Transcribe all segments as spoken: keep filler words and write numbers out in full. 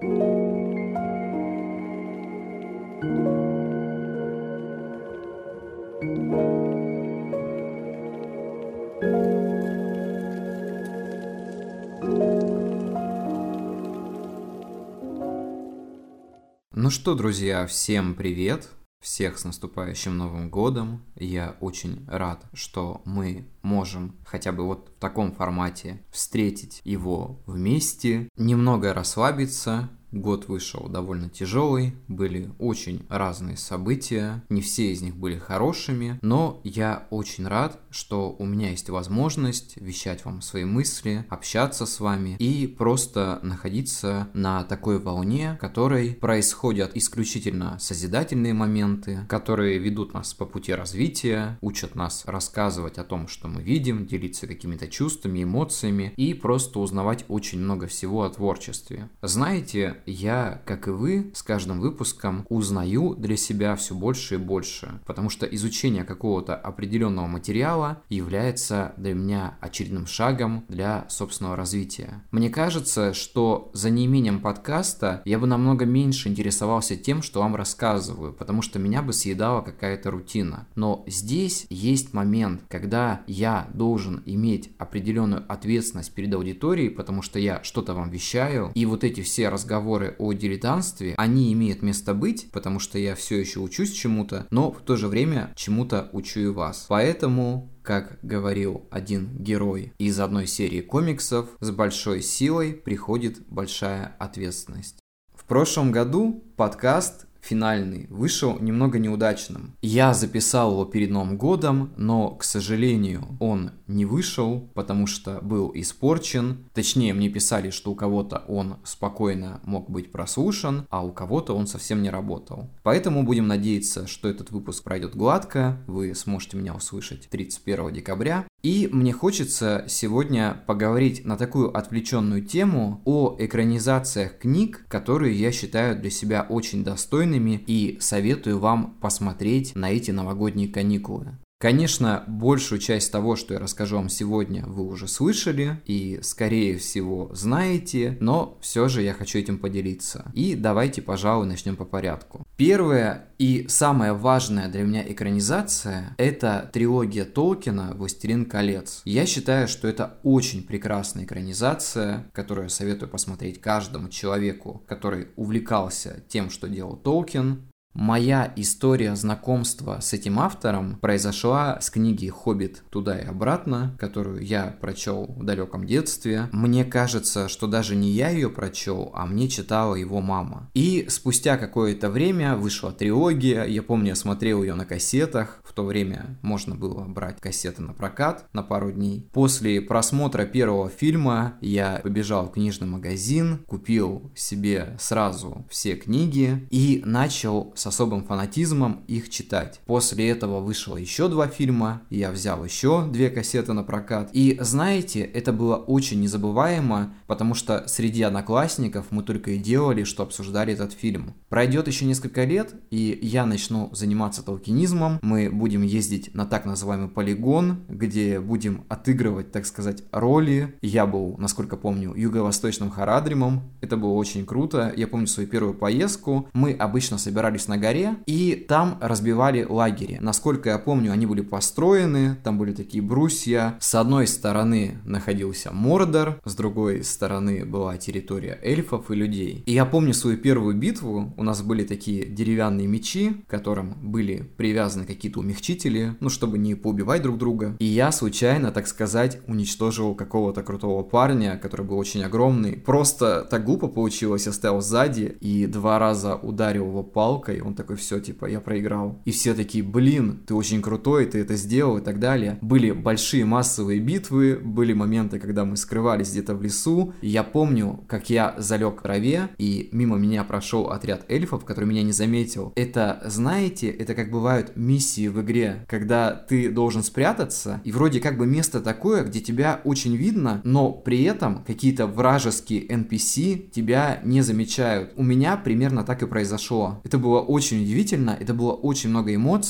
Ну что, друзья, всем привет! Всех с наступающим Новым годом! Я очень рад, что мы можем хотя бы вот в таком формате встретить его вместе, немного расслабиться. Год вышел довольно тяжелый, были очень разные события, не все из них были хорошими, но я очень рад, что у меня есть возможность вещать вам свои мысли, общаться с вами и просто находиться на такой волне, в которой происходят исключительно созидательные моменты, которые ведут нас по пути развития, учат нас рассказывать о том, что мы видим, делиться какими-то чувствами, эмоциями и просто узнавать очень много всего о творчестве. Знаете, я, как и вы, с каждым выпуском узнаю для себя все больше и больше, потому что изучение какого-то определенного материала является для меня очередным шагом для собственного развития. Мне кажется, что за неимением подкаста я бы намного меньше интересовался тем, что вам рассказываю, потому что меня бы съедала какая-то рутина. Но здесь есть момент, когда я должен иметь определенную ответственность перед аудиторией, потому что я что-то вам вещаю, и вот эти все разговоры о дилетантстве, они имеют место быть, потому что я все еще учусь чему-то, но в то же время чему-то учу и вас. Поэтому, как говорил один герой из одной серии комиксов, с большой силой приходит большая ответственность. В прошлом году подкаст финальный вышел немного неудачным. Я записал его перед Новым годом, но, к сожалению, он не вышел, потому что был испорчен. Точнее, мне писали, что у кого-то он спокойно мог быть прослушан, а у кого-то он совсем не работал. Поэтому будем надеяться, что этот выпуск пройдет гладко, вы сможете меня услышать тридцать первого декабря. И мне хочется сегодня поговорить на такую отвлеченную тему о экранизациях книг, которые я считаю для себя очень достойными, и советую вам посмотреть на эти новогодние каникулы. Конечно, большую часть того, что я расскажу вам сегодня, вы уже слышали и, скорее всего, знаете, но все же я хочу этим поделиться. И давайте, пожалуй, начнем по порядку. Первая и самая важная для меня экранизация – это трилогия Толкина «Властелин колец». Я считаю, что это очень прекрасная экранизация, которую я советую посмотреть каждому человеку, который увлекался тем, что делал Толкин. Моя история знакомства с этим автором произошла с книги «Хоббит. Туда и обратно», которую я прочел в далеком детстве. Мне кажется, что даже не я ее прочел, а мне читала его мама. И спустя какое-то время вышла трилогия. Я помню, я смотрел ее на кассетах. В то время можно было брать кассеты на прокат на пару дней. После просмотра первого фильма я побежал в книжный магазин, купил себе сразу все книги и начал с особым фанатизмом их читать. После этого вышло еще два фильма, я взял еще две кассеты на прокат. И знаете, это было очень незабываемо, потому что среди одноклассников мы только и делали, что обсуждали этот фильм. Пройдет еще несколько лет, и я начну заниматься толкинизмом. Мы будем ездить на так называемый полигон, где будем отыгрывать, так сказать, роли. Я был, насколько помню, юго-восточным Харадримом. Это было очень круто. Я помню свою первую поездку. Мы обычно собирались на горе, и там разбивали лагеря. Насколько я помню, они были построены, там были такие брусья. С одной стороны находился Мордор, с другой стороны была территория эльфов и людей. И я помню свою первую битву, у нас были такие деревянные мечи, к которым были привязаны какие-то умягчители, ну, чтобы не поубивать друг друга. И я случайно, так сказать, уничтожил какого-то крутого парня, который был очень огромный. Просто так глупо получилось, я стоял сзади и два раза ударил его палкой. Он такой: все, типа, я проиграл. И все такие: блин, ты очень крутой, ты это сделал и так далее. Были большие массовые битвы, были моменты, когда мы скрывались где-то в лесу. И я помню, как я залег в траве, и мимо меня прошел отряд эльфов, который меня не заметил. Это, знаете, это как бывают миссии в игре, когда ты должен спрятаться, и вроде как бы место такое, где тебя очень видно, но при этом какие-то вражеские эн пи си тебя не замечают. У меня примерно так и произошло. Это было очень удивительно, это было очень много эмоций.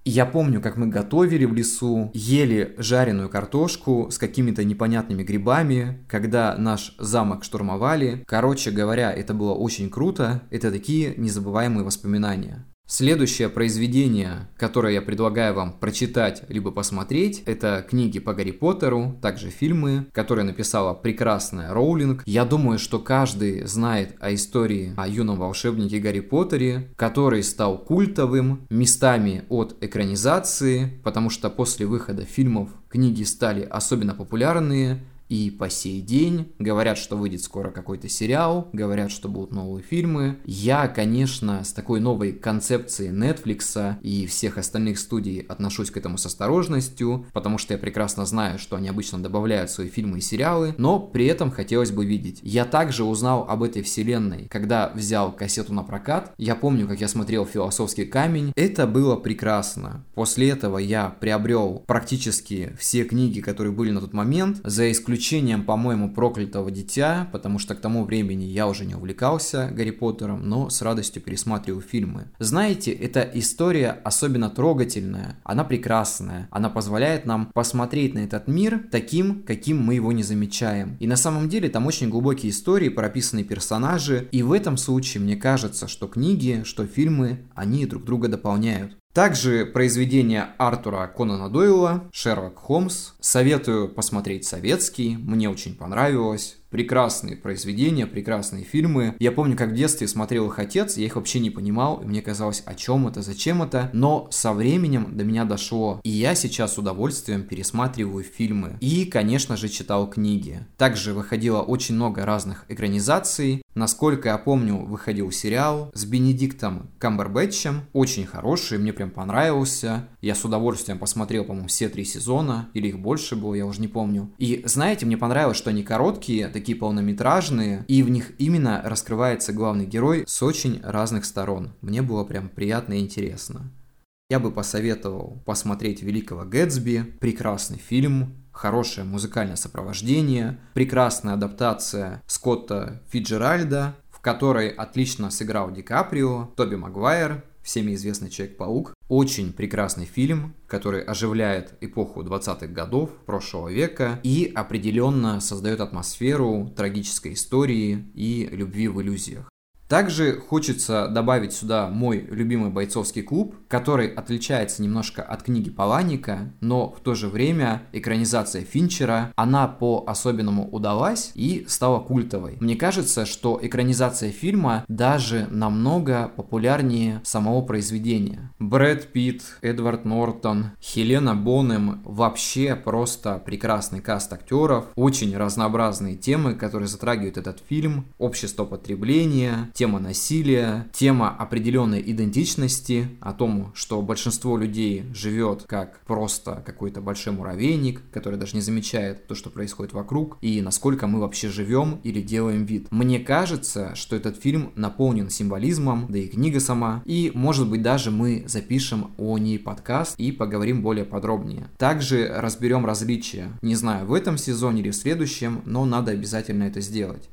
Я помню, как мы готовили в лесу, ели жареную картошку с какими-то непонятными грибами, когда наш замок штурмовали. Короче говоря, это было очень круто, это такие незабываемые воспоминания. Следующее произведение, которое я предлагаю вам прочитать либо посмотреть, это книги по Гарри Поттеру, также фильмы, которые написала прекрасная Роулинг. Я думаю, что каждый знает о истории о юном волшебнике Гарри Поттере, который стал культовым, местами от экранизации, потому что после выхода фильмов книги стали особенно популярные. И по сей день говорят, что выйдет скоро какой-то сериал, говорят, что будут новые фильмы. Я, конечно, с такой новой концепцией Netflix и всех остальных студий отношусь к этому с осторожностью, потому что я прекрасно знаю, что они обычно добавляют в свои фильмы и сериалы, но при этом хотелось бы видеть. Я также узнал об этой вселенной, когда взял кассету на прокат. Я помню, как я смотрел «Философский камень». Это было прекрасно. После этого я приобрел практически все книги, которые были на тот момент, за исключением исключением, по-моему, «Проклятого дитя», потому что к тому времени я уже не увлекался Гарри Поттером, но с радостью пересматривал фильмы. Знаете, эта история особенно трогательная, она прекрасная, она позволяет нам посмотреть на этот мир таким, каким мы его не замечаем. И на самом деле там очень глубокие истории, прописанные персонажи, и в этом случае мне кажется, что книги, что фильмы, они друг друга дополняют. Также произведение Артура Конана Дойла «Шерлок Холмс». Советую посмотреть советский, мне очень понравилось. Прекрасные произведения, прекрасные фильмы. Я помню, как в детстве смотрел их отец, я их вообще не понимал, и мне казалось, о чем это, зачем это, но со временем до меня дошло, и я сейчас с удовольствием пересматриваю фильмы. И, конечно же, читал книги. Также выходило очень много разных экранизаций. Насколько я помню, выходил сериал с Бенедиктом Камбербэтчем, очень хороший, мне прям понравился. Я с удовольствием посмотрел, по-моему, все три сезона, или их больше было, я уже не помню. И знаете, мне понравилось, что они короткие, такие полнометражные, и в них именно раскрывается главный герой с очень разных сторон. Мне было прям приятно и интересно. Я бы посоветовал посмотреть «Великого Гэтсби», прекрасный фильм, хорошее музыкальное сопровождение, прекрасная адаптация Скотта Фицджеральда, в которой отлично сыграл Ди Каприо, Тоби Магуайр, всеми известный Человек-паук. Очень прекрасный фильм, который оживляет эпоху двадцатых годов прошлого века и определенно создает атмосферу трагической истории и любви в иллюзиях. Также хочется добавить сюда мой любимый бойцовский клуб, который отличается немножко от книги Паланика, но в то же время экранизация Финчера, она по-особенному удалась и стала культовой. Мне кажется, что экранизация фильма даже намного популярнее самого произведения. Брэд Питт, Эдвард Нортон, Хелена Бонем, вообще просто прекрасный каст актеров, очень разнообразные темы, которые затрагивают этот фильм, общество потребления, тема насилия, тема определенной идентичности, о том, что большинство людей живет как просто какой-то большой муравейник, который даже не замечает то, что происходит вокруг, и насколько мы вообще живем или делаем вид. Мне кажется, что этот фильм наполнен символизмом, да и книга сама, и, может быть, даже мы запишем о ней подкаст и поговорим более подробнее. Также разберем различия, не знаю, в этом сезоне или в следующем, но надо обязательно это сделать.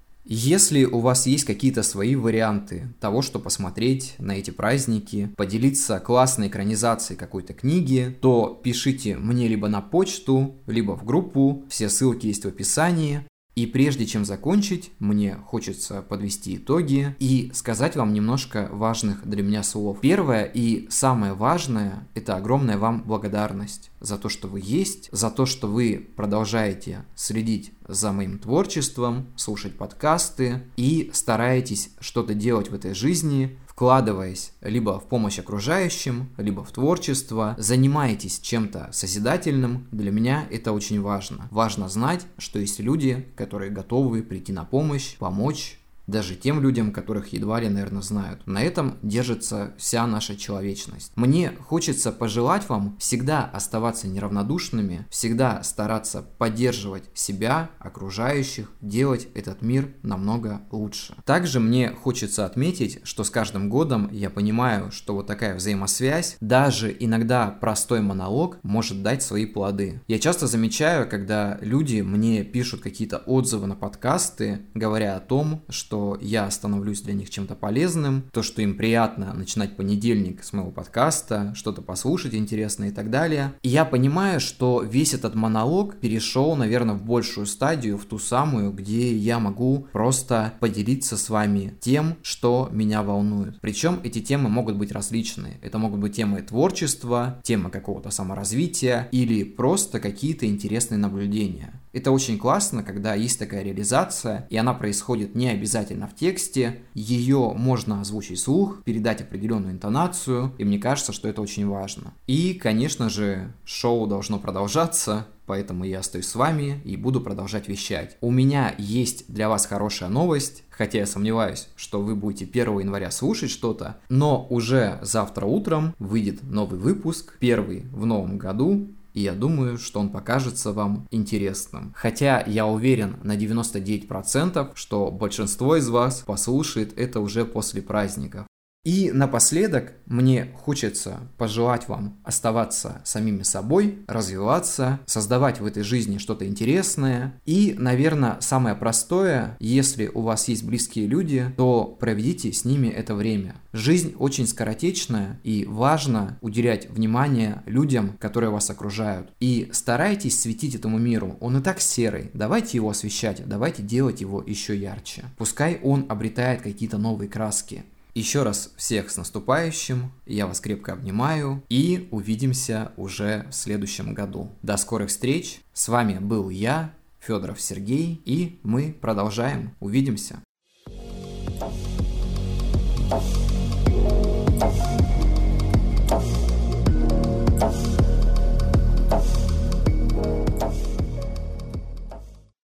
Если у вас есть какие-то свои варианты того, что посмотреть на эти праздники, поделиться классной экранизацией какой-то книги, то пишите мне либо на почту, либо в группу, все ссылки есть в описании. И прежде чем закончить, мне хочется подвести итоги и сказать вам немножко важных для меня слов. Первое и самое важное – это огромная вам благодарность за то, что вы есть, за то, что вы продолжаете следить за моим творчеством, слушать подкасты и стараетесь что-то делать в этой жизни, вкладываясь либо в помощь окружающим, либо в творчество, занимаетесь чем-то созидательным, для меня это очень важно. Важно знать, что есть люди, которые готовы прийти на помощь, помочь, даже тем людям, которых едва ли, наверное, знают. На этом держится вся наша человечность. Мне хочется пожелать вам всегда оставаться неравнодушными, всегда стараться поддерживать себя, окружающих, делать этот мир намного лучше. Также мне хочется отметить, что с каждым годом я понимаю, что вот такая взаимосвязь, даже иногда простой монолог может дать свои плоды. Я часто замечаю, когда люди мне пишут какие-то отзывы на подкасты, говоря о том, что что я становлюсь для них чем-то полезным, то, что им приятно начинать понедельник с моего подкаста, что-то послушать интересное и так далее. И я понимаю, что весь этот монолог перешел, наверное, в большую стадию, в ту самую, где я могу просто поделиться с вами тем, что меня волнует. Причем эти темы могут быть различные. Это могут быть темы творчества, темы какого-то саморазвития или просто какие-то интересные наблюдения. Это очень классно, когда есть такая реализация, и она происходит не обязательно в тексте, ее можно озвучить вслух, передать определенную интонацию, и мне кажется, что это очень важно. И, конечно же, шоу должно продолжаться, поэтому я остаюсь с вами и буду продолжать вещать. У меня есть для вас хорошая новость, хотя я сомневаюсь, что вы будете первого января слушать что-то, но уже завтра утром выйдет новый выпуск, первый в новом году, и я думаю, что он покажется вам интересным. Хотя я уверен на девяносто девять процентов, что большинство из вас послушает это уже после праздников. И напоследок мне хочется пожелать вам оставаться самими собой, развиваться, создавать в этой жизни что-то интересное. И, наверное, самое простое, если у вас есть близкие люди, то проведите с ними это время. Жизнь очень скоротечная, и важно уделять внимание людям, которые вас окружают. И старайтесь светить этому миру. Он и так серый. Давайте его освещать, давайте делать его еще ярче. Пускай он обретает какие-то новые краски. Еще раз всех с наступающим, я вас крепко обнимаю и увидимся уже в следующем году. До скорых встреч, с вами был я, Федоров Сергей, и мы продолжаем, увидимся. Thank you.